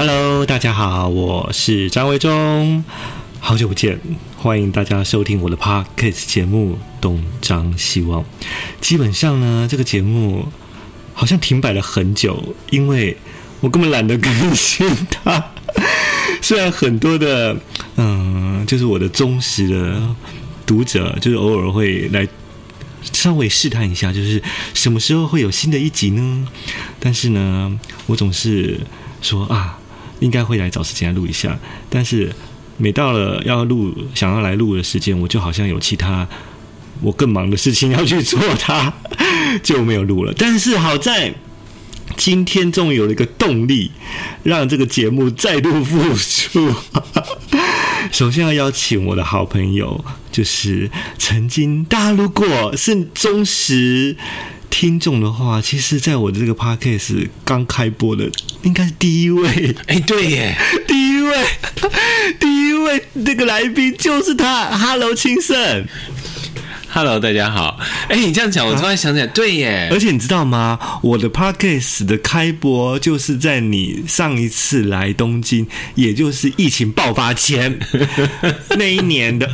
Hello， 大家好，我是张维忠，好久不见，欢迎大家收听我的 Podcast 节目《东张西望》。基本上呢，这个节目好像停摆了很久，因为我根本懒得更新它。虽然很多的就是我的忠实的读者，就是偶尔会来稍微试探一下，就是什么时候会有新的一集呢？但是呢，我总是说应该会来找时间来录一下。但是每到了想要来录的时间，我就好像有其他我更忙的事情要去做它，就没有录了。但是好在今天终于有了一个动力，让这个节目再度复出。首先要邀请我的好朋友，就是曾经大家如果是忠实听众的话，其实在我的这个 podcast 刚开播的应该是第一位。 对耶， 第一位那个来宾就是他。 Hello 清盛。 Hello， 大家好。你这样讲，我突然想起来，对耶！ 而且你知道吗？我的 podcast 的开播就是在你上一次来东京，也就是疫情爆发前那一年的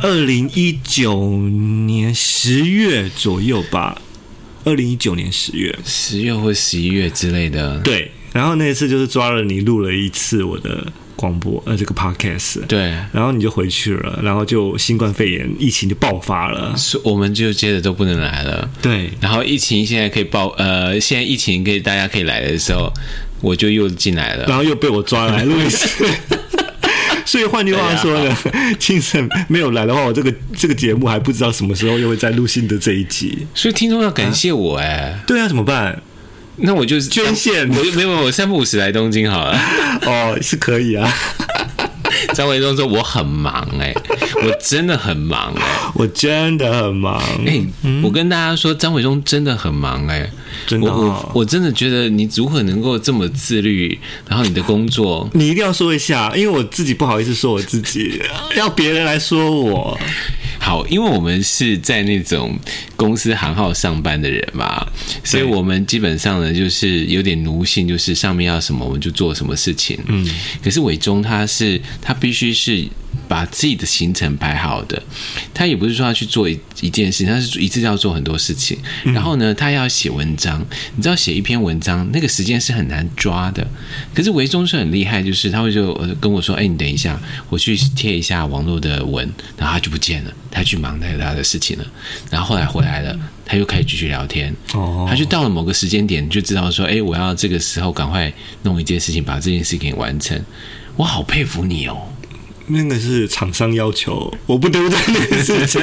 2019年10月左右吧。2019年10月或11月之类的。 对，然后那一次就是抓了你录了一次我的广播这个 podcast， 对，然后你就回去了，然后就新冠肺炎疫情就爆发了， 我们就接着都不能来了。 对， 然后疫情现在可以现在疫情大家可以来的时候，我就又进来了， 然后又被我抓来录一次。所以换句话说呢，清盛没有来的话，我这个节目还不知道什么时候又会再录新的这一集。 所以听众要感谢我对啊，怎么办？ 那我就捐献， 我3不5时来东京好了。 是可以啊。 张维忠说我很忙我真的很忙我真的很忙我跟大家说，张维忠真的很忙真的我真的觉得你如何能够这么自律，然后你的工作你一定要说一下，因为我自己不好意思说我自己，要别人来说我。 好，因为我们是在那种公司行号上班的人嘛，所以我们基本上呢就是有点奴性，就是上面要什么我们就做什么事情。可是伟忠他必须是把自己的行程排好的，他也不是说要去做一件事情，他是一次要做很多事情。然后呢，他要写文章，你知道写一篇文章那个时间是很难抓的。可是维忠是很厉害，就是他会就跟我说：“你等一下，我去贴一下网络的文。”然后他就不见了，他去忙他的事情了。然后后来回来了，他又开始继续聊天。他就到了某个时间点，就知道说：“我要这个时候赶快弄一件事情，把这件事给完成。”我好佩服你哦。 那个是厂商要求，我不得不做那个事情。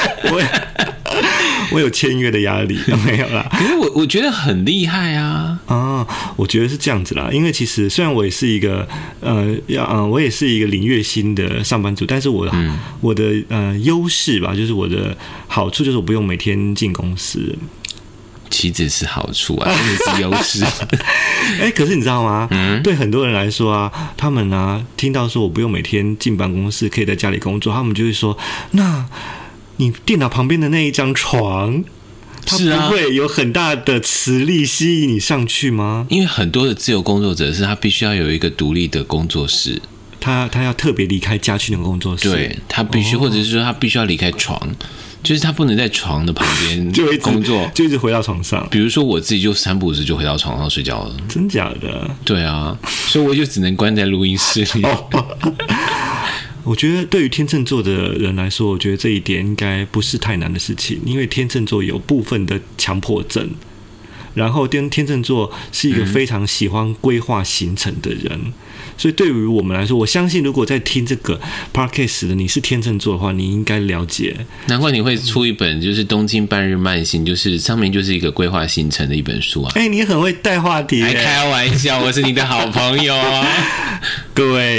我有签约的压力，没有啦。 可是我觉得很厉害啊！ 我觉得是这样子啦。因为其实虽然我也是一个我也是一个领月薪的上班族，但是我的优势吧，就是我的好处就是我不用每天进公司。 岂止是好处啊，真的是优势。 可是你知道吗？对很多人来说他们听到说我不用每天进办公室，可以在家里工作，他们就会说：那你电脑旁边的那一张床，它不会有很大的磁力吸引你上去吗？ 因为很多的自由工作者他必须要有一个独立的工作室， 他要特别离开家去那个工作室， 对，他必须，或者是说他必须要离开床。就是他不能在床的旁边工作， 就一直回到床上。 比如说我自己就3不5时就回到床上睡觉了。 真假的？ 对啊，所以我就只能关在录音室里。 我觉得对于天秤座的人来说，我觉得这一点应该不是太难的事情，因为天秤座有部分的强迫症，然后天秤座是一个非常喜欢规划行程的人。所以对于我们来说，我相信如果在听这个 podcast 的你是天秤座的话，你应该了解。 难怪你会出一本就是《东京半日慢行》，就是上面就是一个规划行程的一本书啊。 你很会带话题。 开玩笑，我是你的好朋友啊。 各位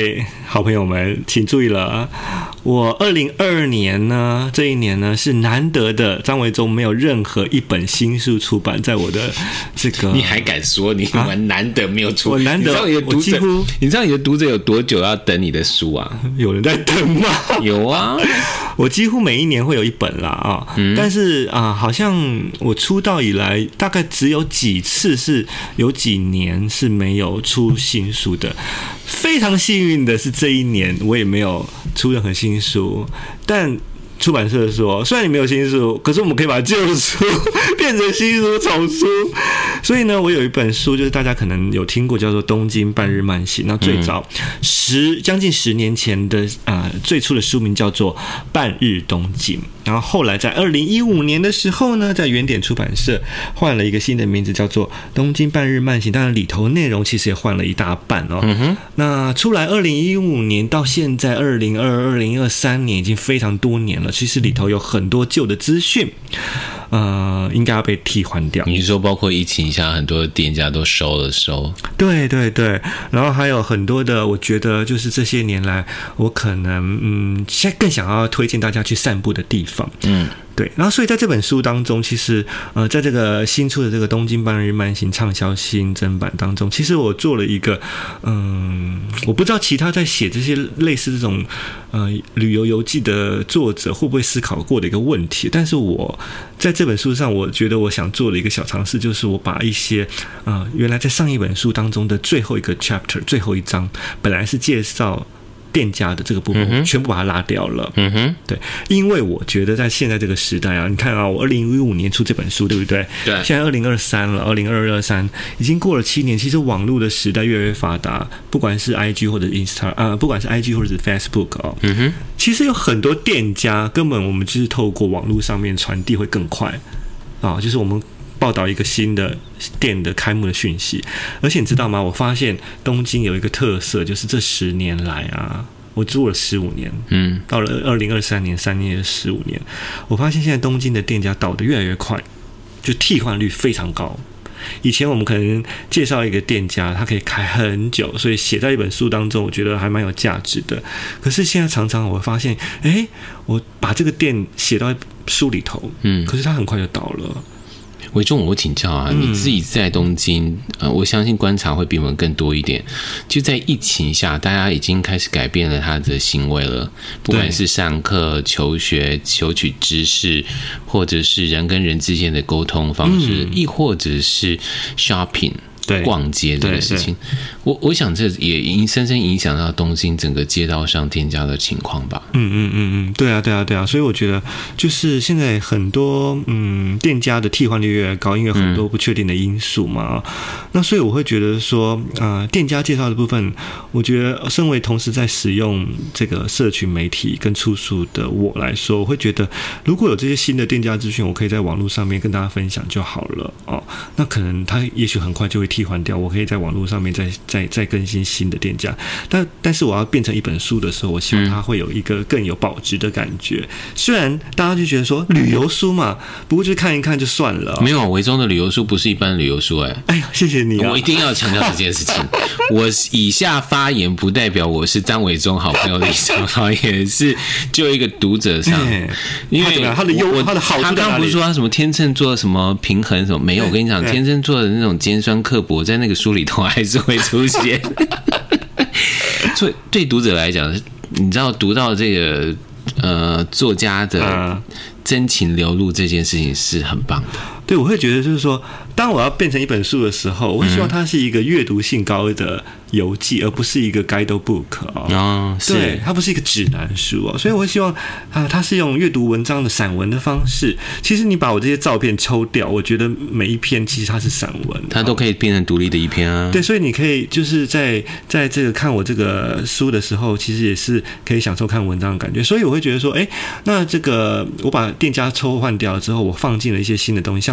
好朋友们，请注意了，我2022年呢，这一年呢是难得的，张维中没有任何一本新书出版在我的这个。 你还敢说你蛮难得没有出？ 我难得，我几乎， 你知道你的读者有多久要等你的书啊？ 有人在等吗？ 有啊， 我几乎每一年会有一本啦啊，但是好像我出道以来，大概只有几次是有几年是没有出新书的。非常幸运的是，这一年我也没有出任何新书，但出版社说，虽然你没有新书，可是我们可以把旧书变成新书重出。所以呢，我有一本书，就是大家可能有听过，叫做《东京半日慢行》。那最早将近10年前的最初的书名叫做《半日东京》。然后后来在2015年的时候呢，在原点出版社换了一个新的名字，叫做《东京半日慢行》。当然里头内容其实也换了一大半哦。那出来2015年到现在2022、2023年已经非常多年了。其实里头有很多旧的资讯，应该要被替换掉。 你说包括疫情下很多店家都收。 对对对，然后还有很多的，我觉得就是这些年来我可能现在更想要推荐大家去散步的地方。对，然后所以在这本书当中，其实在这个新出的这个东京半日慢行畅销新增版当中，其实我做了一个我不知道其他在写这些类似这种旅游游记的作者会不会思考过的一个问题，但是我在这本书上，我觉得我想做的一个小尝试，就是我把一些原来在上一本书当中的最后一个 chapter 最后一章，本来是介绍店家的这个部分，全部把它拉掉了。对，因为我觉得在现在这个时代啊，你看啊，我2015年出这本书，对不对？ 对。 现在2023了，2022、23已经过了7年。其实网络的时代越来越发达，不管是 IG 或者不管是 IG 或者是 Facebook 哦，其实有很多店家根本我们就是透过网络上面传递会更快啊，就是我们报道一个新的店的开幕的讯息。而且你知道吗？我发现东京有一个特色，就是这10年来啊，我住了15年，到了2023年3年15年，我发现现在东京的店家倒得越来越快，就替换率非常高。以前我们可能介绍一个店家，他可以开很久，所以写在一本书当中，我觉得还蛮有价值的。可是现在常常我发现，我把这个店写到书里头，可是他很快就倒了。 维中，我请教啊，你自己在东京，我相信观察会比我们更多一点。就在疫情下，大家已经开始改变了他的行为了，不管是上课、求学、求取知识，或者是人跟人之间的沟通方式，亦或者是 shopping。逛街这个事情，我想这也深深影响到东京整个街道上店家的情况吧。 对啊，所以我觉得就是现在很多店家的替换率越来越高，因为很多不确定的因素嘛。那所以我会觉得说，店家介绍的部分，我觉得身为同时在使用这个社群媒体跟出书的我来说，我会觉得如果有这些新的店家资讯，我可以在网络上面跟大家分享就好了哦。那可能他也许很快就会替换掉，我可以在网络上面再更新新的店家，但是我要变成一本书的时候，我希望它会有一个更有保值的感觉。虽然大家就觉得说旅游书嘛，不过就看一看就算了。 没有，维中的旅游书不是一般的旅游书哎呀，谢谢你啊！ 我一定要强调这件事情。我以下发言不代表我是张维中好朋友的立场，也是就一个读者上，因为他的好处在哪里？ 他刚不是说他什么天秤座什么平衡什么没有？我跟你讲，天秤座的那种尖酸刻薄，在那个书里头还是会出现。所以对读者来讲，你知道读到这个作家的真情流露这件事情是很棒的。 对，我会觉得就是说，当我要变成一本书的时候，我会希望它是一个阅读性高的游记，而不是一个 guidebook 对，它不是一个指南书所以我会希望它是用阅读文章的散文的方式。其实你把我这些照片抽掉，我觉得每一篇其实它是散文， 它都可以变成独立的一篇啊。 对，所以你可以就是在这个看我这个书的时候，其实也是可以享受看文章的感觉。所以我会觉得说，那这个我把店家抽换掉之后，我放进了一些新的东西，像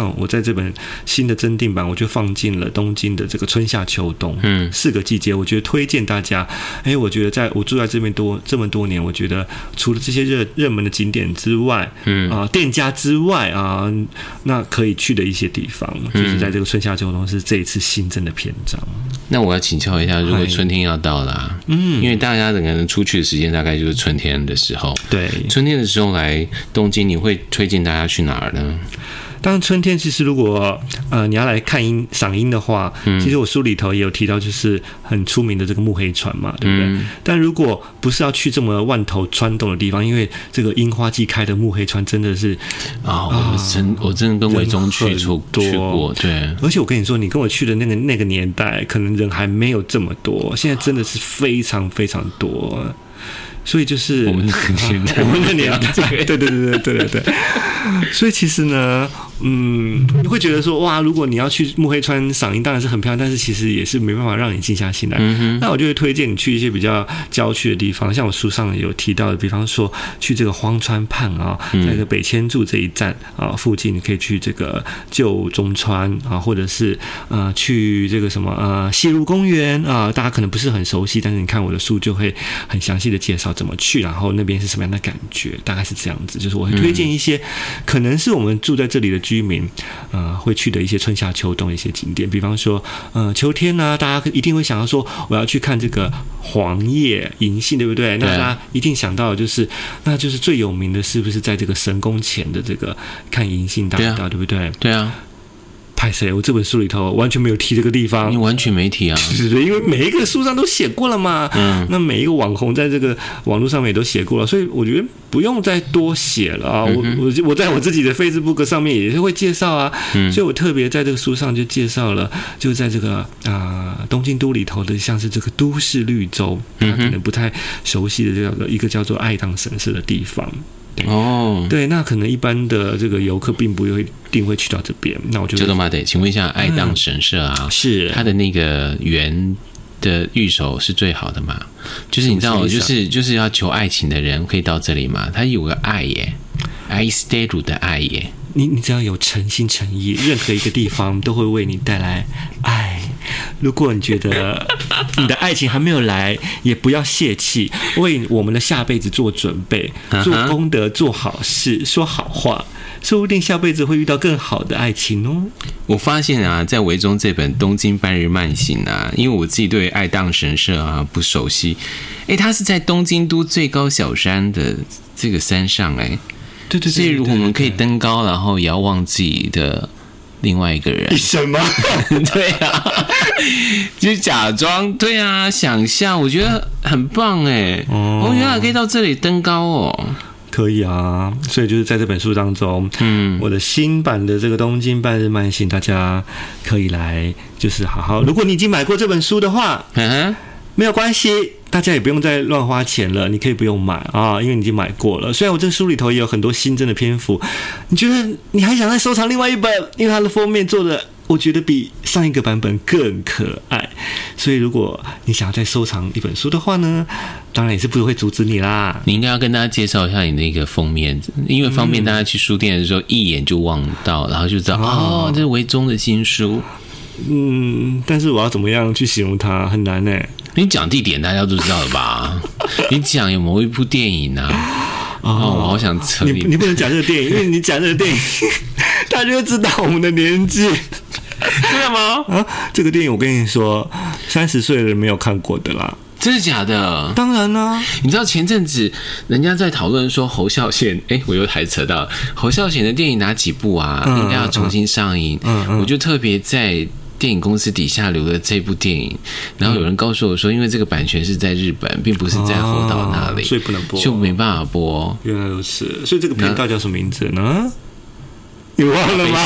像我在这本新的增订版，我就放进了东京的这个春夏秋冬4个季节，我觉得推荐大家。我觉得在我住在这边这么多年，我觉得除了这些热门的景点之外，店家之外啊，那可以去的一些地方，就是在这个春夏秋冬是这一次新增的篇章。 那我要请教一下，如果春天要到了，因为大家可能出去的时间大概就是春天的时候， 对， 春天的时候来东京，你会推荐大家去哪儿呢？ 当然，春天其实如果你要来看赏樱的话，其实我书里头也有提到，就是很出名的这个木黑川嘛，对不对？但如果不是要去这么万头穿洞的地方，因为这个樱花季开的木黑川真的是我真的跟伟忠去过，对。 而且我跟你说，你跟我去的那个年代，可能人还没有这么多，现在真的是非常非常多。所以就是我们的年代， 对。所以其实呢，你会觉得说，哇，如果你要去木黑川赏樱，当然是很漂亮，但是其实也是没办法让你静下心来。那我就会推荐你去一些比较郊区的地方，像我书上有提到的，比方说去这个荒川畔啊，在这个北千住这一站啊附近，你可以去这个旧中川啊，或者是去这个什么西路公园啊，大家可能不是很熟悉，但是你看我的书就会很详细的介绍怎么去，然后那边是什么样的感觉，大概是这样子。就是我会推荐一些可能是我们住在这里的居民会去的一些春夏秋冬的一些景点，比方说秋天呢，大家一定会想要说我要去看这个黄叶银杏，对不对？那大家一定想到的就是那就是最有名的是不是在这个神宫前的这个看银杏大道，对不对？ 对啊。 拍谁？我这本书里头完全没有提这个地方， 你完全没提啊？ 对，因为每一个书上都写过了嘛。那每一个网红在这个网络上面也都写过了，所以我觉得不用再多写了啊。我在我自己的 Facebook 上面也是会介绍啊，所以我特别在这个书上就介绍了，就在这个东京都里头的，像是这个都市绿洲，他可能不太熟悉的一个叫做爱宕神社的地方。对，那可能一般的这个游客并不一定会去到这边。那我就这个嘛，得请问一下，爱宕神社啊， 是它的那个园的御守是最好的嘛？就是你知道，就是要求爱情的人可以到这里嘛？它有个爱耶，愛してる的愛耶。 你只要有诚心诚意，任何一个地方都会为你带来爱。如果你觉得你的爱情还没有来，也不要泄气，为我们的下辈子做准备，做功德，做好事，说好话，说不定下辈子会遇到更好的爱情哦。 我发现啊，在维中这本《东京半日慢行》啊，因为我自己对爱宕神社啊不熟悉，它是在东京都最高小山的这个山上对， 所以如果我们可以登高，然后遥望自己的另外一个人， 什么？ 对啊，就假装对啊，想象，我觉得很棒原来可以到这里登高哦。 可以啊，所以就是在这本书当中，我的新版的这个《东京半日慢行》，大家可以来，就是好好。如果你已经买过这本书的话，没有关系，大家也不用再乱花钱了，你可以不用买啊，因为你已经买过了。虽然我这个书里头也有很多新增的篇幅，你觉得你还想再收藏另外一本？因为它的封面做的，我觉得比上一个版本更可爱。所以如果你想要再收藏一本书的话呢，当然也是不会阻止你啦。 你应该要跟大家介绍一下你那个封面，因为方便大家去书店的时候一眼就望到，然后就知道这是维中的新书。 但是我要怎么样去形容它很难你讲地点大家都知道了吧？你讲有某一部电影啊？我好想扯你不能讲这个电影，因为你讲这个电影，大家就知道我们的年纪。 真的吗？ 这个电影我跟你说，30岁的人没有看过的啦。 真的假的？ 当然啦！ 你知道前阵子人家在讨论说侯孝贤，我又还扯到侯孝贤的电影哪几部啊？应该要重新上映。我就特别在电影公司底下留了这部电影，然后有人告诉我说，因为这个版权是在日本，并不是在侯导那里， 所以不能播， 就没办法播。 原来如此，所以这个频道叫什么名字呢？你忘了吗？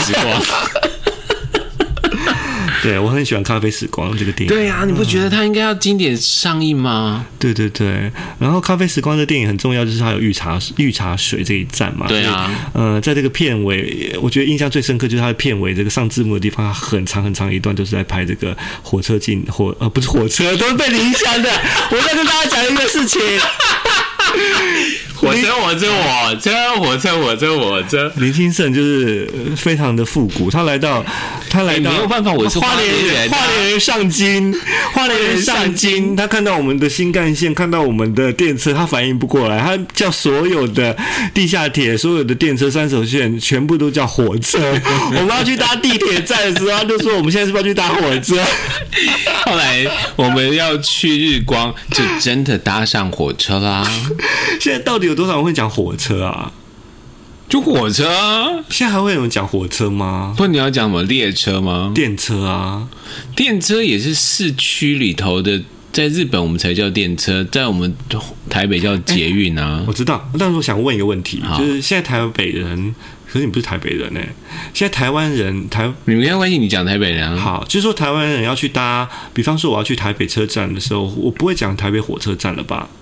对，我很喜欢《咖啡时光》这个电影。 对啊，你不觉得它应该要经典上映吗？ 对。然后《咖啡时光》这电影很重要，就是它有御茶水这一站嘛。 对啊。 在这个片尾，我觉得印象最深刻就是它的片尾这个上字幕的地方，它很长一段都是在拍这个火车不是火车，都是被影响的。我在跟大家讲一个事情。 火车。 林清盛就是非常的复古，他来到没有办法，我是花莲人， 花莲人上京，他看到我们的新干线，看到我们的电车，他反应不过来，他叫所有的地下铁、所有的电车3手线全部都叫火车。我们要去搭地铁站的时候，他就说我们现在是不是要去搭火车？ 后来我们要去日光，就真的搭上火车啦。 现在到底有多少人会讲火车啊？ 就火车啊！ 现在还会有人讲火车吗？ 不，你要讲什么列车吗？ 电车啊， 电车也是市区里头的，在日本我们才叫电车，在我们台北叫捷运啊。 我知道，但是我想问一个问题，就是现在台北人，可是你不是台北人现在台湾人你没关系，你讲台北人啊。 好，就是说台湾人要去搭，比方说我要去台北车站的时候，我不会讲台北火车站了吧？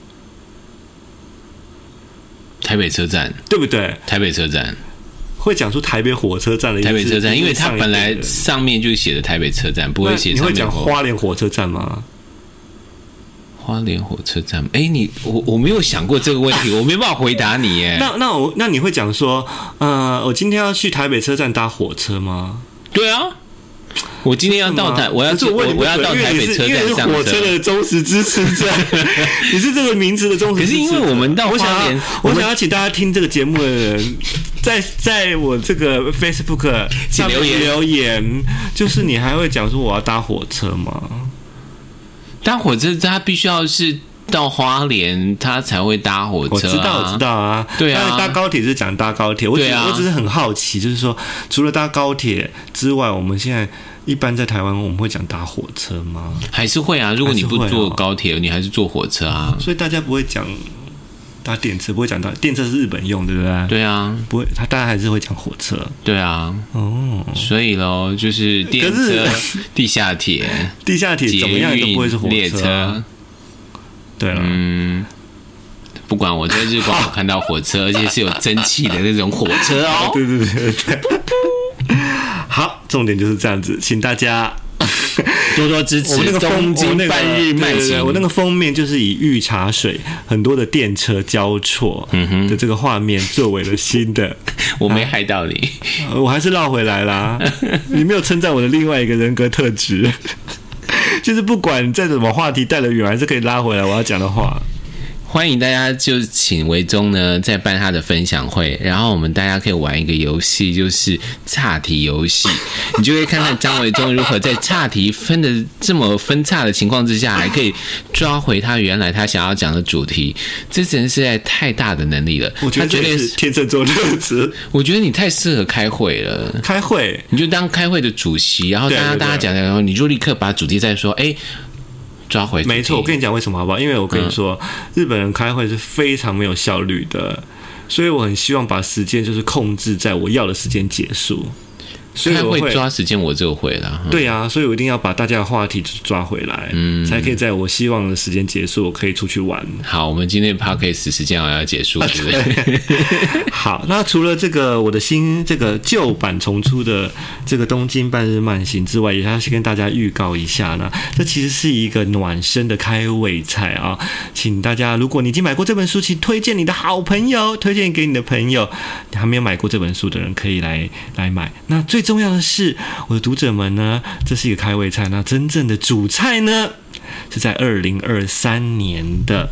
台北车站， 对不对？ 台北车站会讲出台北火车站的意思。 台北车站，因为它本来上面就写的台北车站，不会写上面。 你会讲花莲火车站吗？ 花莲火车站，我没有想过这个问题，我没办法回答你耶。 那你会讲说，我今天要去台北车站搭火车吗？ 对啊。我今天要到我要到台北车站上车。 因为是火车的忠实支持者，你是这个名字的忠实支持者。 可是因为我们到花莲， 我想要请大家听这个节目的人，在我这个 Facebook 上面留言，就是你还会讲说我要搭火车吗？ 搭火车，他必须要是到花莲，他才会搭火车啊。 我知道啊，对啊。搭高铁是讲搭高铁，我只是很好奇，就是说，除了搭高铁之外，我们现在一般在台湾我们会讲搭火车吗？ 还是会啊，如果你不坐高铁，你还是坐火车啊。 所以大家不会讲搭电车，不会讲到电车是日本用，对不对？ 对啊， 不会，大家还是会讲火车。 对啊，所以咯，就是电车、地下铁怎么样都不会是火车、 列车。对了，不管我在日光有看到火车，而且是有蒸汽的那种火车哦。 对。好，重点就是这样子，请大家多多支持东京半日慢行。 我那个封面就是以御茶水很多的电车交错的这个画面作为了新的。 我没害到你， 我还是绕回来啦。你没有称赞我的另外一个人格特质。就是不管再怎么话题带得远，还是可以拉回来我要讲的话。 欢迎大家就请维中呢再办他的分享会，然后我们大家可以玩一个游戏，就是岔题游戏。你就可以看看张维中如何在岔题分的这么分岔的情况之下，还可以抓回他原来他想要讲的主题。这真是在太大的能力了。 我觉得这是天秤座特质。 我觉得你太适合开会了。 开会， 你就当开会的主席，然后大家讲的时候，你就立刻把主题再说。抓回没错，我跟你讲为什么好不好？因为我跟你说，日本人开会是非常没有效率的，所以我很希望把时间就是控制在我要的时间结束。所以开会抓时间，我就会了。 对啊，所以我一定要把大家的话题抓回来，才可以在我希望的时间结束，我可以出去玩。 好，我们今天的 podcast 时间好像要结束，对不对？ 好，那除了这个我的新这个旧版重出的这个东京半日慢行之外，也要先跟大家预告一下呢，这其实是一个暖身的开胃菜啊，请大家，如果你已经买过这本书，请推荐你的好朋友，推荐给你的朋友，还没有买过这本书的人可以来买。那最重要的是，我的读者们呢，这是一个开胃菜，那真正的主菜呢，是在2023年的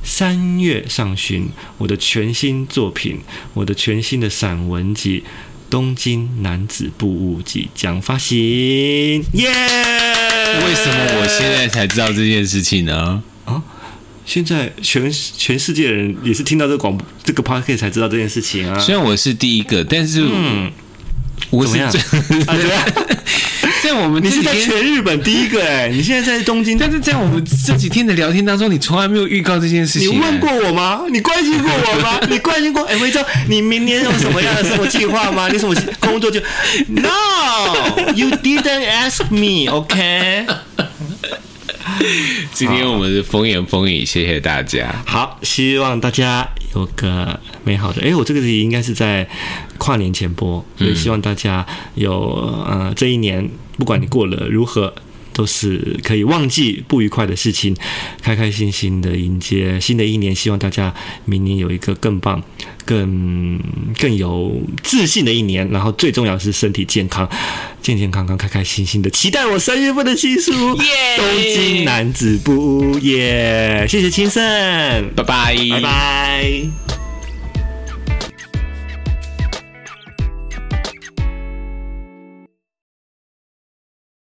3月上旬，我的全新作品，我的全新的散文集《东京男子布物》即将发行，耶！ 为什么我现在才知道这件事情呢？ 现在全世界的人也是听到这个 podcast 才知道这件事情啊。 虽然我是第一个，但是我是在我们你是在全日本第一个你现在在东京， 但是在我们这几天的聊天当中，你从来没有预告这件事情。 你问过我吗？你关心过我吗？你关心过维中，你明年有什么样的生活计划吗？你什么工作就 No, you didn't ask me, OK？ 今天我们是风言风语，谢谢大家。 好，希望大家有个美好的。我这个应该是在跨年前播，所以希望大家有这一年，不管你过了如何， 都是可以忘记不愉快的事情，开开心心的迎接新的一年。希望大家明年有一个更棒、更有自信的一年，然后最重要的是身体健康，健健康康、开开心心的期待我3月份的新书《东京男子部》耶！谢谢清盛， 拜拜， 拜拜。